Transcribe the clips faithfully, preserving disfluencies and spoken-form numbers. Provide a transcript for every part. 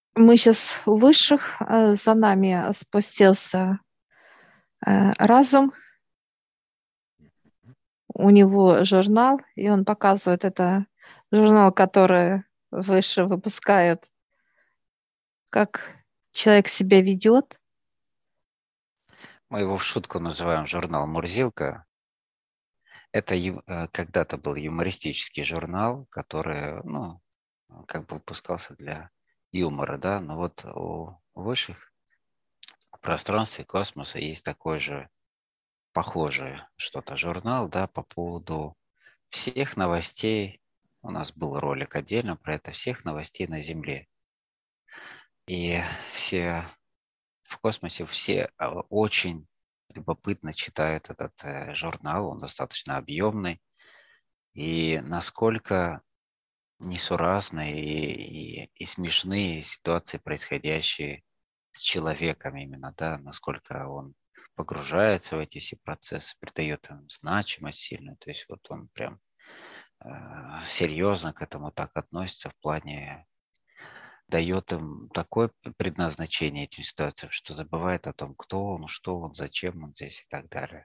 Мы сейчас у высших, э, за нами спустился э, разум, у него журнал, и он показывает это журнал, который выше выпускают, как человек себя ведет. Мы его в шутку называем журнал «Мурзилка». Это ю- э, когда-то был юмористический журнал, который, ну, как бы выпускался для юмора, да, но вот у высших в пространстве космоса есть такой же похожее что-то журнал, да, по поводу всех новостей. У нас был ролик отдельно про это, всех новостей на Земле. И все в космосе, все а, очень любопытно читают этот э, журнал, он достаточно объемный. И насколько несуразные и, и, и смешные ситуации, происходящие с человеком именно, да, насколько он погружается в эти все процессы, придает им значимость сильную, то есть вот он прям э, серьезно к этому так относится в плане, дает им такое предназначение этим ситуациям, что забывает о том, кто он, что он, зачем он здесь и так далее.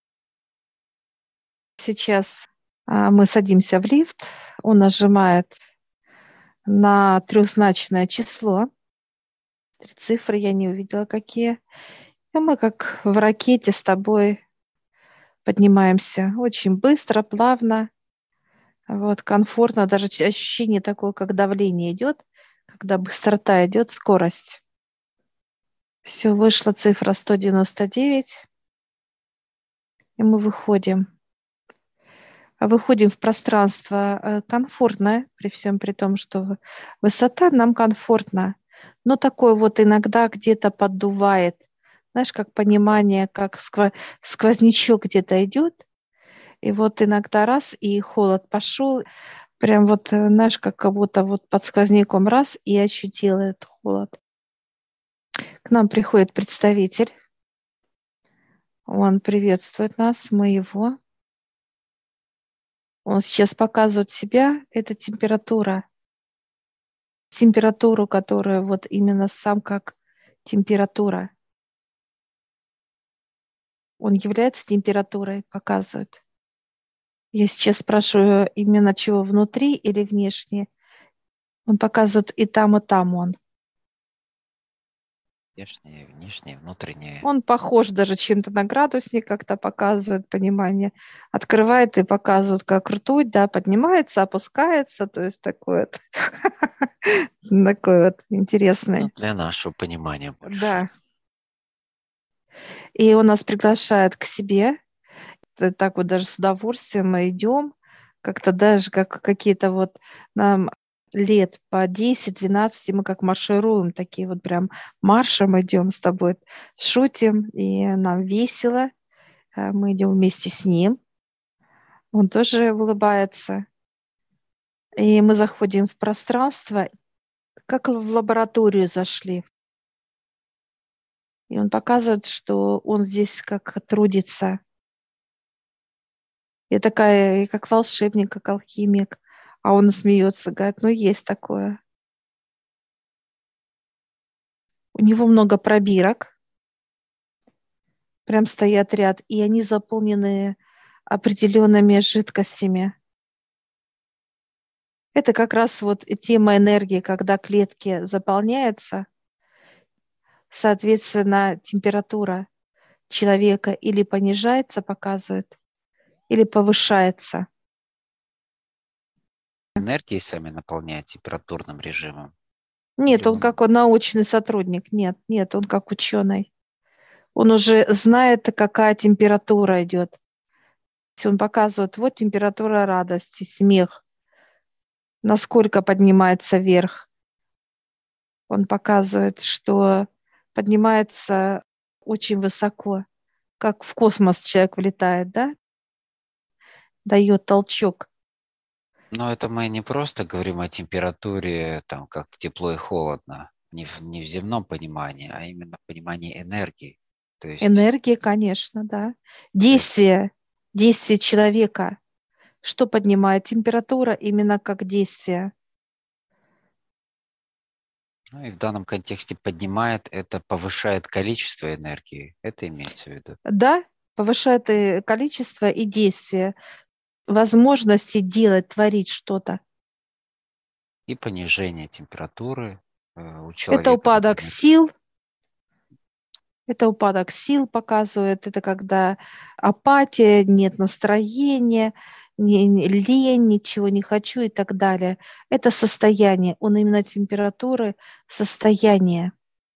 Сейчас а, мы садимся в лифт, он нажимает на трехзначное число, три цифры я не увидела какие, и мы как в ракете с тобой поднимаемся очень быстро, плавно, вот, комфортно, даже ч- ощущение такое, как давление идет, когда быстрота идет, скорость. Все, вышла цифра сто девяносто девять, и мы выходим. А Выходим в пространство э, комфортное, при всем при том, что в- высота нам комфортна, но такое вот иногда где-то поддувает. Знаешь, как понимание, как скво- сквознячок где-то идет, и вот иногда раз, и холод пошел, прям вот, э, знаешь, как будто вот под сквозняком раз, и ощутила этот холод. К нам приходит представитель, он приветствует нас, мы его. Он сейчас показывает себя, это температура. Температуру, которая вот именно сам как температура. Он является температурой, показывает. Я сейчас спрашиваю именно чего, внутри или внешне. Он показывает и там, и там он. Внешнее, внешнее, внутреннее. Он похож даже чем-то на градусник, как-то показывает понимание. Открывает и показывает, как ртуть, да, поднимается, опускается. То есть такой вот, такой вот Ну, интересный. для нашего понимания больше. Да. И он нас приглашает к себе. Т- Так вот даже с удовольствием мы идем. Как-то даже как какие-то вот нам лет по десять-двенадцать, и мы как маршируем, такие вот прям маршем идем с тобой, шутим, и нам весело. Э, Мы идем вместе с ним. Он тоже улыбается. И мы заходим в пространство, как в лабораторию зашли. И он показывает, что он здесь как трудится. Я такая, и как волшебник, как алхимик. А он смеется, говорит, ну есть такое. У него много пробирок, прям стоят ряд, и они заполнены определенными жидкостями. Это как раз вот и тема энергии, когда клетки заполняются, соответственно, температура человека или понижается, показывает, или повышается. Энергии сами наполняют температурным режимом. Или Нет, он он... как он научный сотрудник. Нет, нет, он как ученый. Он уже знает, какая температура идет. Он показывает, вот температура радости, смех, насколько поднимается вверх. Он показывает, что поднимается очень высоко, как в космос человек влетает, да, дает толчок. Но это мы не просто говорим о температуре, там, как тепло и холодно, не в, не в земном понимании, а именно в понимании энергии. То есть, Энергия, конечно, да. то есть Действие, действие человека. Что поднимает температура именно как действие? Ну и в данном контексте поднимает, это повышает количество энергии. Это имеется в виду. Да, повышает и количество, и действие, возможности делать, творить что-то. И понижение температуры э, у Это человека, упадок например. сил, это упадок сил показывает, это когда апатия, нет настроения, не, не- лень, ничего не хочу и так далее. Это состояние, он именно температуры, состояние.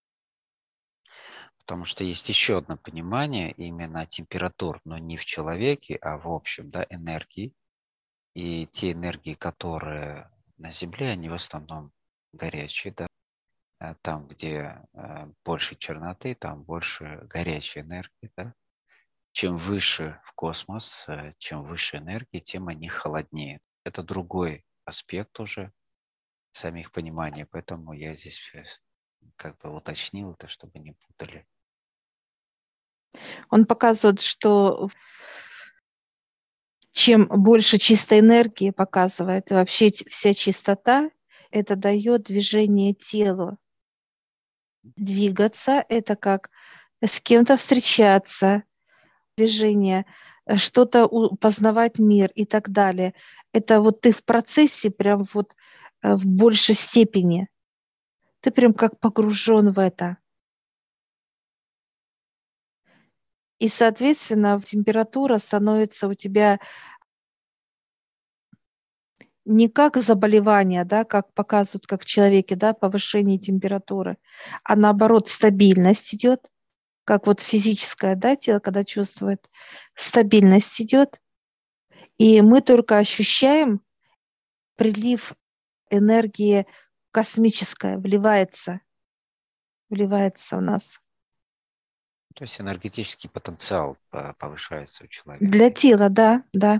Потому что есть еще одно понимание именно температур, но не в человеке, а в общем, да, энергии. И те энергии, которые на Земле, они в основном горячие, да. А там, где э, больше черноты, там больше горячей энергии, да. Чем выше в космос, э, чем выше энергии, тем они холоднее. Это другой аспект уже самих пониманий, поэтому я здесь э, как бы уточнил это, чтобы не путали. Он показывает, что чем больше чистой энергии показывает, и вообще т- вся чистота, это дает движение телу. Двигаться– это как с кем-то встречаться, движение, э, что-то у- познавать мир и так далее. Это вот ты в процессе прям вот э, в большей степени. Ты прям как погружен в это. И, соответственно, температура становится у тебя не как заболевание, да, как показывают, как в человеке, да, повышение температуры, а наоборот стабильность идет, как вот физическое, да, тело, когда чувствует, стабильность идет, и мы только ощущаем прилив энергии космическая, вливается, вливается в нас. То есть энергетический потенциал э, повышается у Для человека. тела, да, да.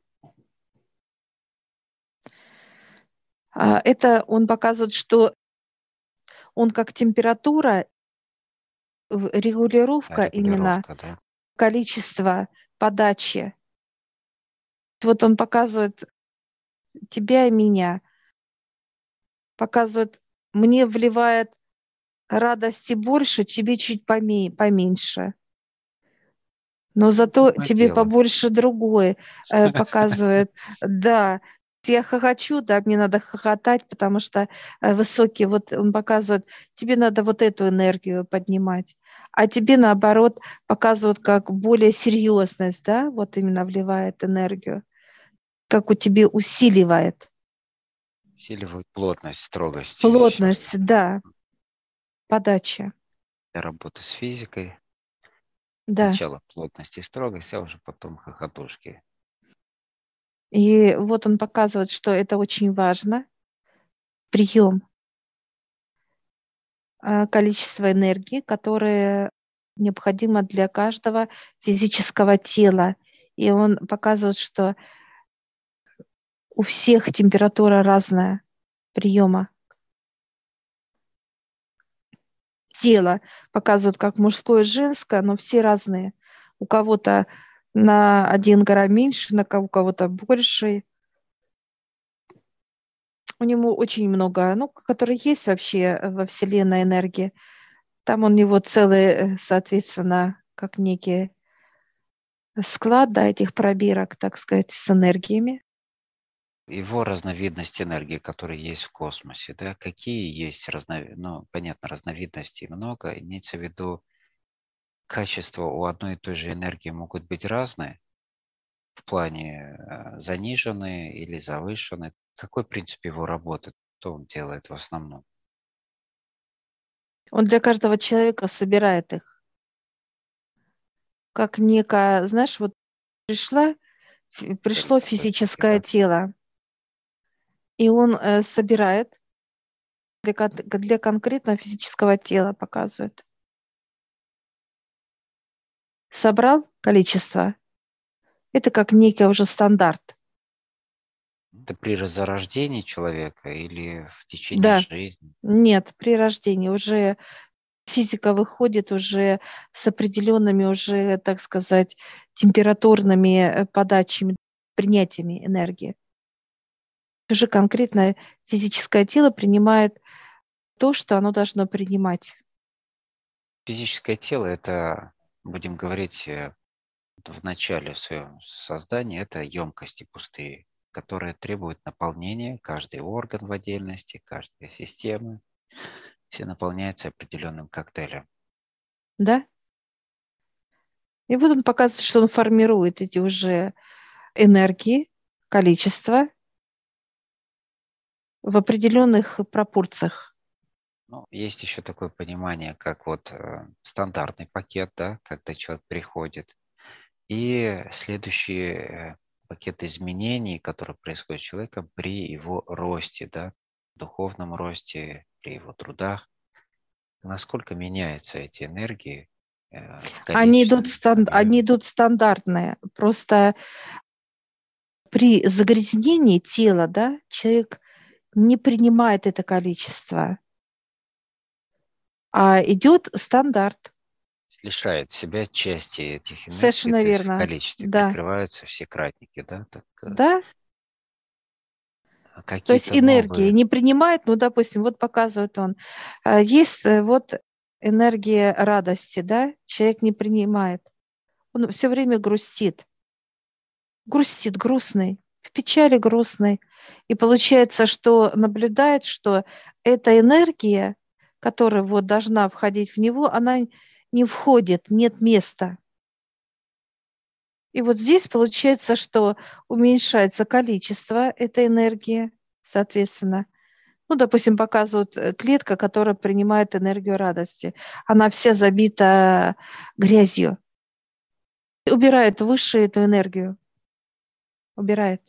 А, Это он показывает, что он как температура, в- Да, регулировка именно регулировка, да. количества подачи. Вот он показывает тебя и меня, показывает, мне вливает радости больше, тебе чуть поме- поменьше. Но зато Понятное тебе дело. побольше другое э, показывает. Да, я хохочу, да, мне надо хохотать, потому что э, высокий, вот он показывает, тебе надо вот эту энергию поднимать, а тебе наоборот показывают как более серьезность, да, вот именно вливает энергию, как у тебя усиливает. Усиливают плотность, строгость и все Плотность, остальное. да, подача, Для работы с физикой да. сначала плотность и строгость, а уже потом хохотушки. И вот он показывает, что это очень важно. Прием а, количества энергии, которое необходимо для каждого физического тела. И он показывает, что у всех температура разная приема тела. Показывают как мужское и женское, но все разные. У кого-то на один грамм меньше, на кого- у кого-то больше. У него очень много, ну, которые есть вообще во Вселенной энергии. Там у него целый, э, соответственно, как некий склад, да, этих пробирок, так сказать, с энергиями. Его разновидность энергии, которые есть в космосе, да, какие есть разновидности, ну, понятно, разновидностей много, имеется в виду, качества у одной и той же энергии могут быть разные, в плане э, заниженные или завышенные. Какой принцип его работы, что он делает в основном? Он для каждого человека собирает их. Как некая, знаешь, вот пришла, фи- пришло Такой пакет, физическое да? тело, и он э, собирает для, кон- для конкретного физического тела, показывает. Собрал количество, это как некий уже стандарт. Это при зарождении человека или в течение Да, жизни? нет, при рождении уже физика выходит уже с определенными уже, так сказать, температурными э, подачами, принятиями энергии. Уже конкретно физическое тело принимает то, что оно должно принимать. Физическое тело – это, будем говорить, э, в начале своего создания, это емкости пустые, которые требуют наполнения, каждый орган в отдельности, каждая система, все наполняются определенным коктейлем. Да? И вот он показывает, что он формирует эти уже энергии, количество в определенных пропорциях. Ну, есть еще такое понимание, как вот э, стандартный пакет, да, когда человек приходит, и следующий э, пакет изменений, который происходит с человеком при его росте, да, духовном росте, при его трудах. Насколько меняются эти энергии э, в Они идут, количественном, стан- они объеме. идут стандартные. Просто при загрязнении тела, да, человек не принимает это количество, а идет стандарт. Лишает себя части этих энергий, Совершенно то есть в верно. количестве Да. прикрываются все кратники, да, так, э, Да. а То есть какие-то энергии новые. не принимает, ну, допустим, вот показывает он, э, есть э, вот энергия радости, да, человек не принимает. Он все время грустит, грустит, грустный, в печали грустный. И получается, что наблюдает, что эта энергия, которая вот должна входить в него, она не входит, нет места. И вот здесь получается, что уменьшается количество этой энергии, соответственно. Ну, допустим, показывают э, клетка, которая принимает энергию радости. Она вся забита грязью. Убирает выше эту энергию. Убирает.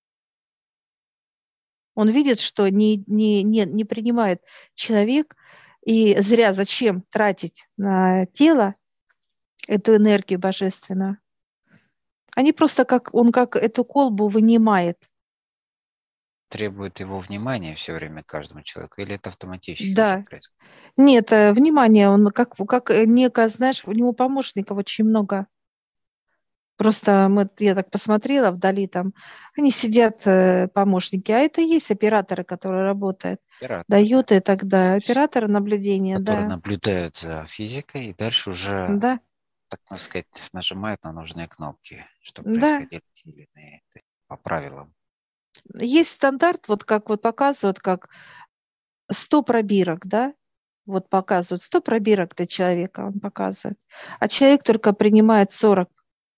Он видит, что не, не, не, не принимает человек, и зря зачем тратить на тело эту энергию божественную. Они просто как, он как эту колбу вынимает. Требует его внимания все время каждому человеку, или это автоматически уже Да. происходит? Нет, э, внимание, он как, как э, некое, знаешь, у него помощников очень много. Просто мы, я так посмотрела вдали, там они сидят, э, помощники, а это и есть операторы, которые работают. Операторы, да, Дают и тогда то есть, операторы наблюдения, которые да, наблюдают за физикой и дальше уже, да, так сказать, нажимают на нужные кнопки, чтобы да. происходили те или иные, то есть по правилам. Есть стандарт, вот как вот показывают, как сто пробирок, да, вот показывают сто пробирок для человека, он показывает, а человек только принимает сорок,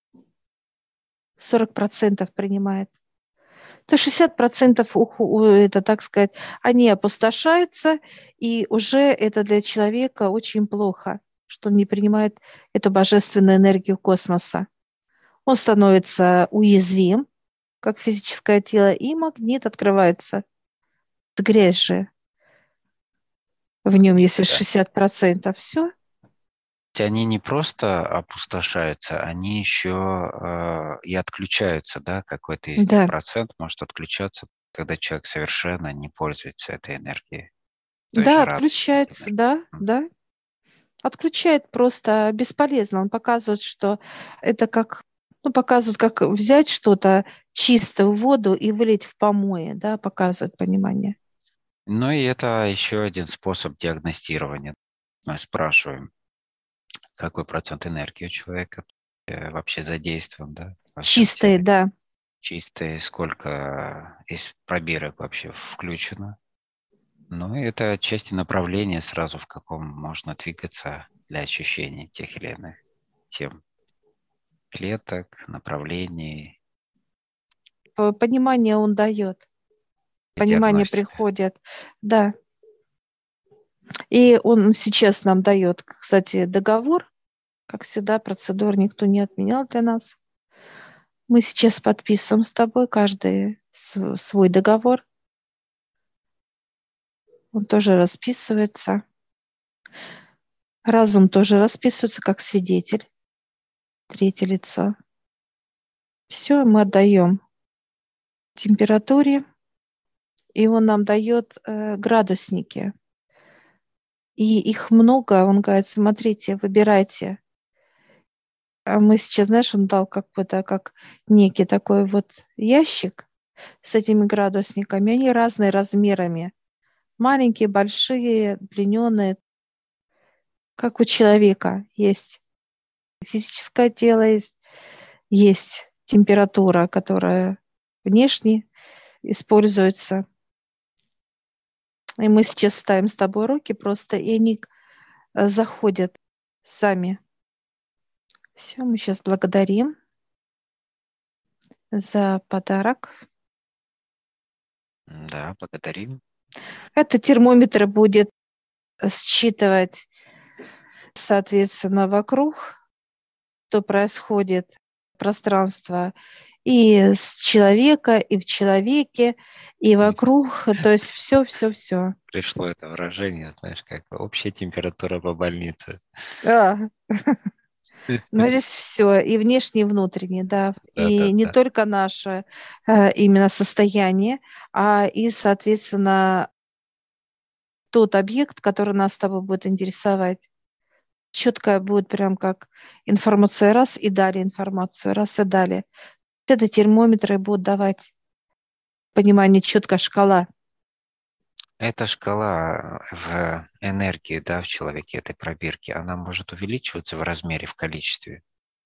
сорок процентов принимает. То шестьдесят процентов уху- это, так сказать, они опустошаются, и уже это для человека очень плохо, что он не принимает эту божественную энергию космоса. Он становится уязвим, как физическое тело, и магнит открывается. Грязь же в нем, если Магниты, да. шестьдесят процентов, все. Они не просто опустошаются, они еще э, и отключаются, да, какой-то из них Да, процент может отключаться, когда человек совершенно не пользуется этой энергией, той да, же радостью, этой отключается, энергией. да, М. да. Отключает просто бесполезно. Он показывает, что это как, ну, показывает, как взять что-то чистую воду и вылить в помои, да, показывает понимание. Ну и это еще один способ диагностирования. Мы спрашиваем, какой процент энергии у человека э, вообще задействован, да, во всем Чистые, теле. да. Чистое, сколько из пробирок вообще включено. Ну, и это отчасти направление сразу, в каком можно двигаться для ощущения тех или иных тем, клеток, направлений П- Понимание он дает. и Понимание диагностика. приходит, да. И он сейчас нам дает, кстати, договор. Как всегда, процедур никто не отменял для нас. Мы сейчас подписываем с тобой каждый св- свой договор. Он тоже расписывается. Разум тоже расписывается как свидетель, третье лицо. Все мы отдаем температуре, и он нам дает э, градусники. И их много. Он говорит, смотрите, выбирайте. А мы сейчас, знаешь, он дал какой-то, как некий такой вот ящик с этими градусниками. Они разные размерами. Маленькие, большие, длиннёные, как у человека. Есть физическое тело, есть, есть температура, которая внешне используется. И мы сейчас ставим с тобой руки просто, и они э, заходят сами. Все, мы сейчас благодарим за подарок. Да, благодарим. Это термометр будет считывать, соответственно, вокруг, что происходит, пространство и с человека, и в человеке, и вокруг, то есть все, все, все. Пришло это выражение, знаешь, как общая температура по больнице. А, но здесь все, и внешне, и внутренне, да, и не Да-да-да. только наше э, именно состояние, а и, соответственно, тот объект, который нас с тобой будет интересовать. Четкая будет прям как информация раз и далее информацию, раз и далее. Это термометры будут давать понимание, четкая шкала. Эта шкала в энергии, да, в человеке, этой пробирки, она может увеличиваться в размере, в количестве.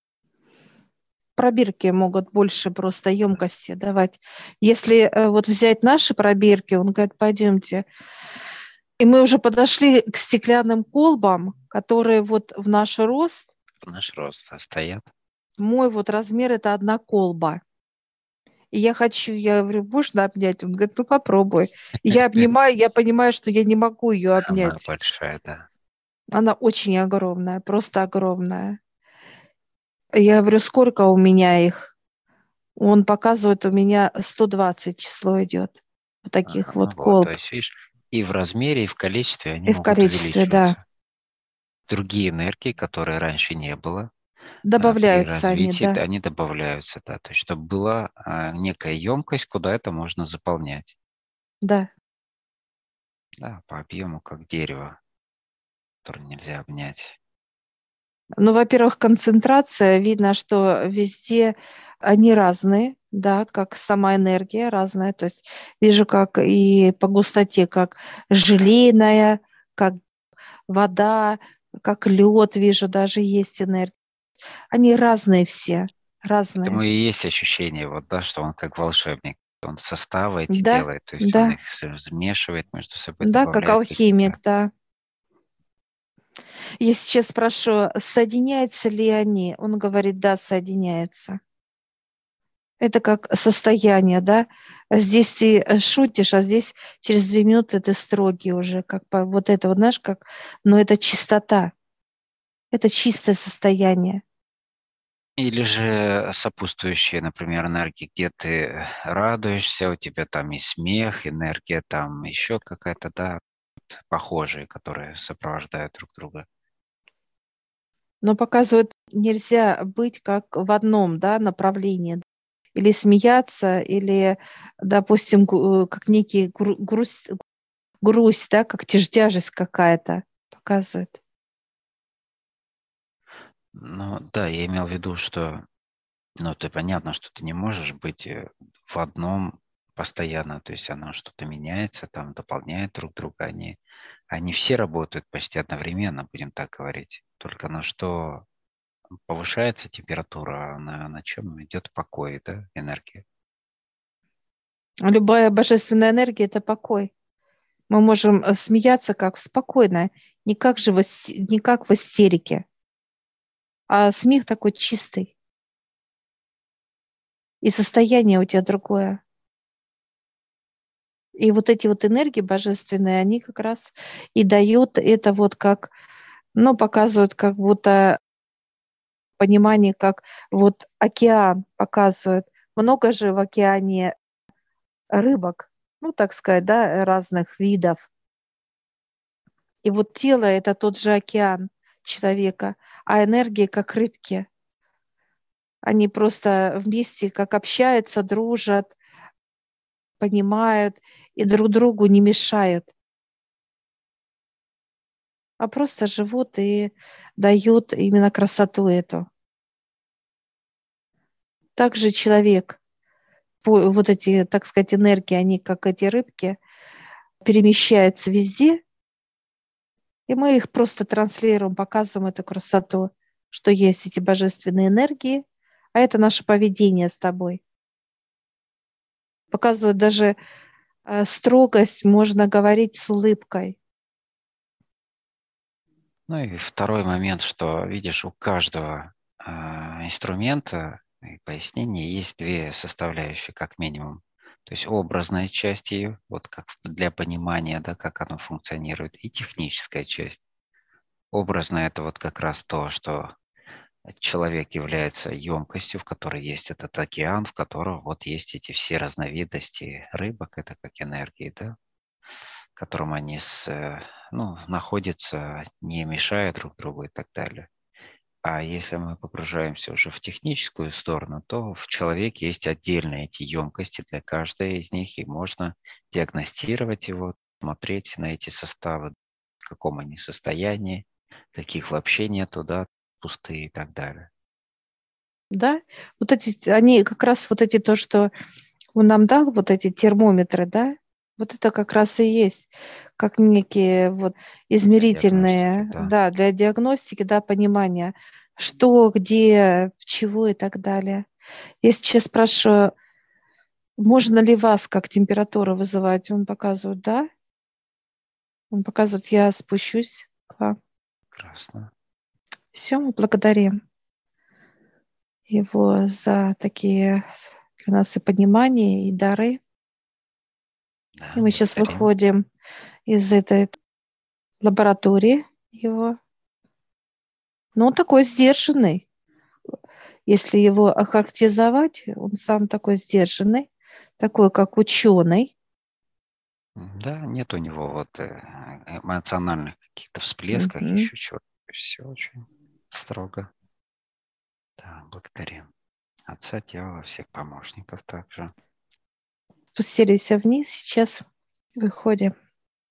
Пробирки могут больше просто емкости давать. Если э, вот взять наши пробирки, он говорит, пойдемте. И мы уже подошли к стеклянным колбам, которые вот в наш рост, В наш рост стоят. мой вот размер – это одна колба. И я хочу, я говорю, можно обнять? Он говорит, ну попробуй. И я обнимаю, я понимаю, что я не могу ее Она обнять. большая, да. Она очень огромная, просто огромная. Я говорю, сколько у меня их? Он показывает, у меня сто двадцать число идет. Вот Ага, таких ну вот вот, то колб. есть, видишь, и в размере, и в количестве они И в могут количестве, да. увеличиваться. Другие энергии, которые раньше не было, а, при Добавляются они, развитии, да. да, они добавляются, да, то есть чтобы была а, некая емкость, куда это можно заполнять. Да. Да, по объему, как дерево, которое нельзя обнять. Ну, во-первых, концентрация. Видно, что везде они разные, да, как сама энергия разная. То есть вижу, как и по густоте, как желейная, как вода, как лед, вижу, даже есть энергия. Они разные все, Поэтому разные. и есть ощущение, вот, да, что он как волшебник. Он составы эти Да, делает, то есть да, он их смешивает между собой, да, как добавляет алхимик, какие-то. да. Я сейчас спрошу, соединяются ли они? Он говорит, да, соединяются. Это как состояние, да? Здесь ты э, шутишь, а здесь через две минуты ты строгий уже, как по вот это вот, знаешь, как, но это чистота, это чистое состояние. Или же сопутствующие, например, энергии, где ты радуешься, у тебя там и смех, энергия там еще какая-то, да, вот похожие, которые сопровождают друг друга. Но показывает, нельзя быть как в одном, да, направлении. Или смеяться, или, допустим, гу- как некий гру- грусть, грусть, да, как тяж- тяжесть какая-то показывает. Ну да, я имел в виду, что, ну, ты понятно, что ты не можешь быть э, в одном постоянно, то есть оно что-то меняется, там дополняет друг друга, они, они все работают почти одновременно, будем так говорить. Только на что повышается температура, а на, на чем идет покой, да, энергия. Любая божественная энергия – это покой. Мы можем э, смеяться как спокойно, не как же в, ис- не как в истерике, а смех такой чистый, и состояние у тебя другое. И вот эти вот энергии божественные, они как раз и дают это вот как, ну, показывают как будто понимание, как вот океан показывает. Много же в океане рыбок, ну, так сказать, да, разных видов. И вот тело – это тот же океан человека, а энергии как рыбки. Они просто вместе как общаются, дружат, понимают и друг другу не мешают, а просто живут и дают именно красоту эту. Также человек, по- вот эти, так сказать, энергии, они как эти рыбки, перемещается везде, и мы их просто транслируем, показываем эту красоту, что есть эти божественные энергии, а это наше поведение с тобой. Показывают даже э, строгость, можно говорить с улыбкой. Ну и второй момент, что, видишь, у каждого э, инструмента и пояснения есть две составляющие, как минимум. То есть образная часть ее, вот как для понимания, да, как оно функционирует, и техническая часть. Образная – это вот как раз то, что человек является емкостью, в которой есть этот океан, в котором вот есть эти все разновидности рыбок, это как энергии, да, в котором они с, э, ну, находятся, не мешая друг другу и так далее. А если мы погружаемся уже в техническую сторону, то в человеке есть отдельные эти емкости для каждой из них, и можно диагностировать его, смотреть на эти составы, в каком они состоянии, каких вообще нету, да, пустые и так далее. Да, вот эти, они как раз вот эти то, что он нам дал, вот эти термометры, да, вот это как раз и есть, как некие вот измерительные, Диагностики, да. да, для диагностики, да, понимания, что, где, чего и так далее. Я сейчас спрашиваю, можно ли вас как температуру вызывать? Он показывает, да. Он показывает, я спущусь к вам. Прекрасно. Все, мы благодарим его за такие для нас и понимания, и дары. Да, И мы сейчас благодарим. выходим из этой лаборатории его. Но он такой сдержанный. Если его охарактеризовать, он сам такой сдержанный, такой, как ученый. Да, нет у него вот э, эмоциональных каких-то всплесков, Мгм. еще чего-то. Все очень строго. Да, благодарим. Отца, дьявола, всех помощников также. Спустились вниз, сейчас выходим.